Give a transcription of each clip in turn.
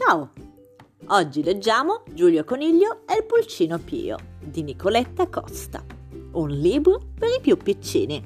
Ciao! Oggi leggiamo Giulio Coniglio e il pulcino Pio di Nicoletta Costa, un libro per i più piccini.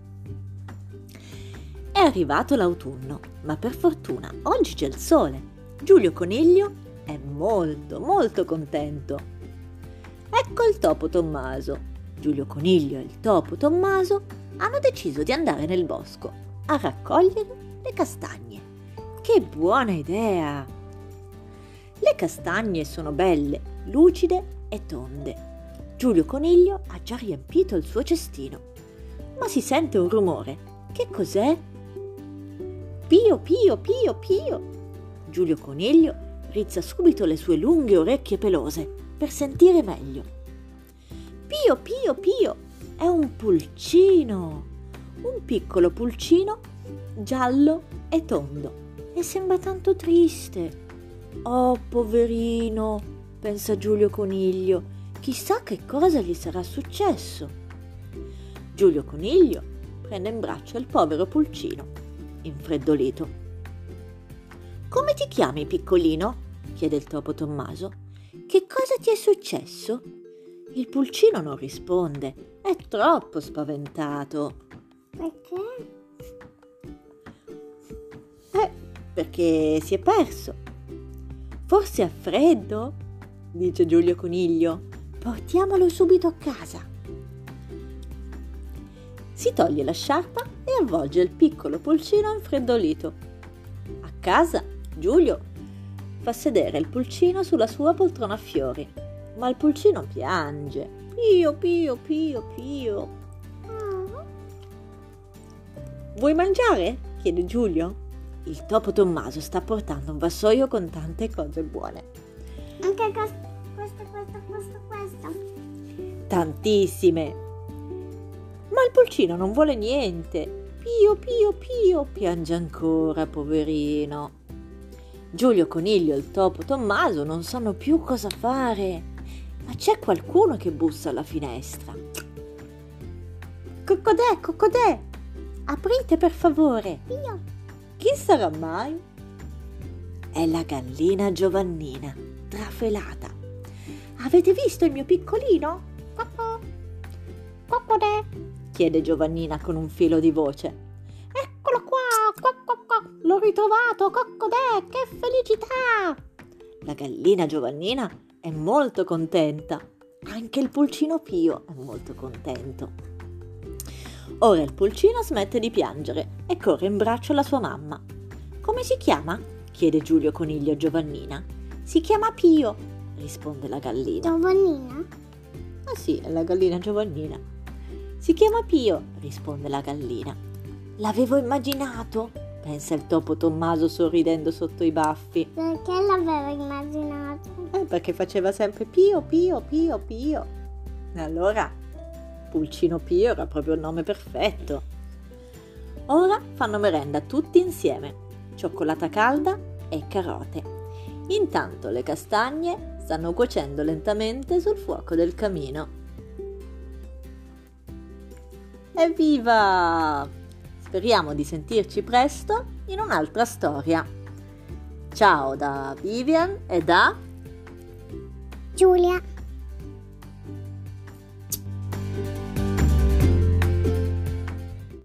È arrivato l'autunno, ma per fortuna oggi c'è il sole. Giulio Coniglio è molto contento. Ecco il topo Tommaso. Giulio Coniglio e il topo Tommaso hanno deciso di andare nel bosco a raccogliere le castagne. Che buona idea! Le castagne sono belle, lucide e tonde. Giulio Coniglio ha già riempito il suo cestino, ma si sente un rumore. Che cos'è? Pio, Pio, Pio, Pio! Giulio Coniglio rizza subito le sue lunghe orecchie pelose per sentire meglio. Pio, Pio, Pio! È un pulcino! Un piccolo pulcino giallo e tondo e sembra tanto triste. Oh, poverino, pensa Giulio Coniglio, chissà che cosa gli sarà successo. Giulio Coniglio prende in braccio il povero pulcino, infreddolito. Come ti chiami, piccolino? Chiede il topo Tommaso. Che cosa ti è successo? Il pulcino non risponde, è troppo spaventato. Perché? Perché si è perso. Forse ha freddo? Dice Giulio Coniglio. Portiamolo subito a casa. Si toglie la sciarpa e avvolge il piccolo pulcino infreddolito. A casa Giulio fa sedere il pulcino sulla sua poltrona a fiori, ma il pulcino piange. Pio, Pio, Pio, Pio. Vuoi mangiare? Chiede Giulio. Il topo Tommaso sta portando un vassoio con tante cose buone. Anche questo. Tantissime. Ma il pulcino non vuole niente. Pio, Pio, Pio, piange ancora, poverino. Giulio Coniglio e il topo Tommaso non sanno più cosa fare. Ma c'è qualcuno che bussa alla finestra. Coccodè, coccodè! Aprite per favore. Io. Chi sarà mai? È la gallina Giovannina, trafelata. Avete visto il mio piccolino? Coccodè, chiede Giovannina con un filo di voce. Eccolo qua, l'ho ritrovato, coccodè, che felicità! La gallina Giovannina è molto contenta. Anche il pulcino Pio è molto contento. Ora il pulcino smette di piangere e corre in braccio alla sua mamma. Come si chiama? Chiede Giulio Coniglio a Giovannina. Si chiama Pio, risponde la gallina. Giovannina? Ah sì, è la gallina Giovannina. Si chiama Pio, risponde la gallina. L'avevo immaginato, pensa il topo Tommaso sorridendo sotto i baffi. Perché l'avevo immaginato? Perché faceva sempre Pio, Pio, Pio, Pio. E allora Pulcino Pio era proprio il nome perfetto. Ora fanno merenda tutti insieme, cioccolata calda e carote. Intanto le castagne stanno cuocendo lentamente sul fuoco del camino. Evviva! Speriamo di sentirci presto in un'altra storia. Ciao da Vivian e da Giulia.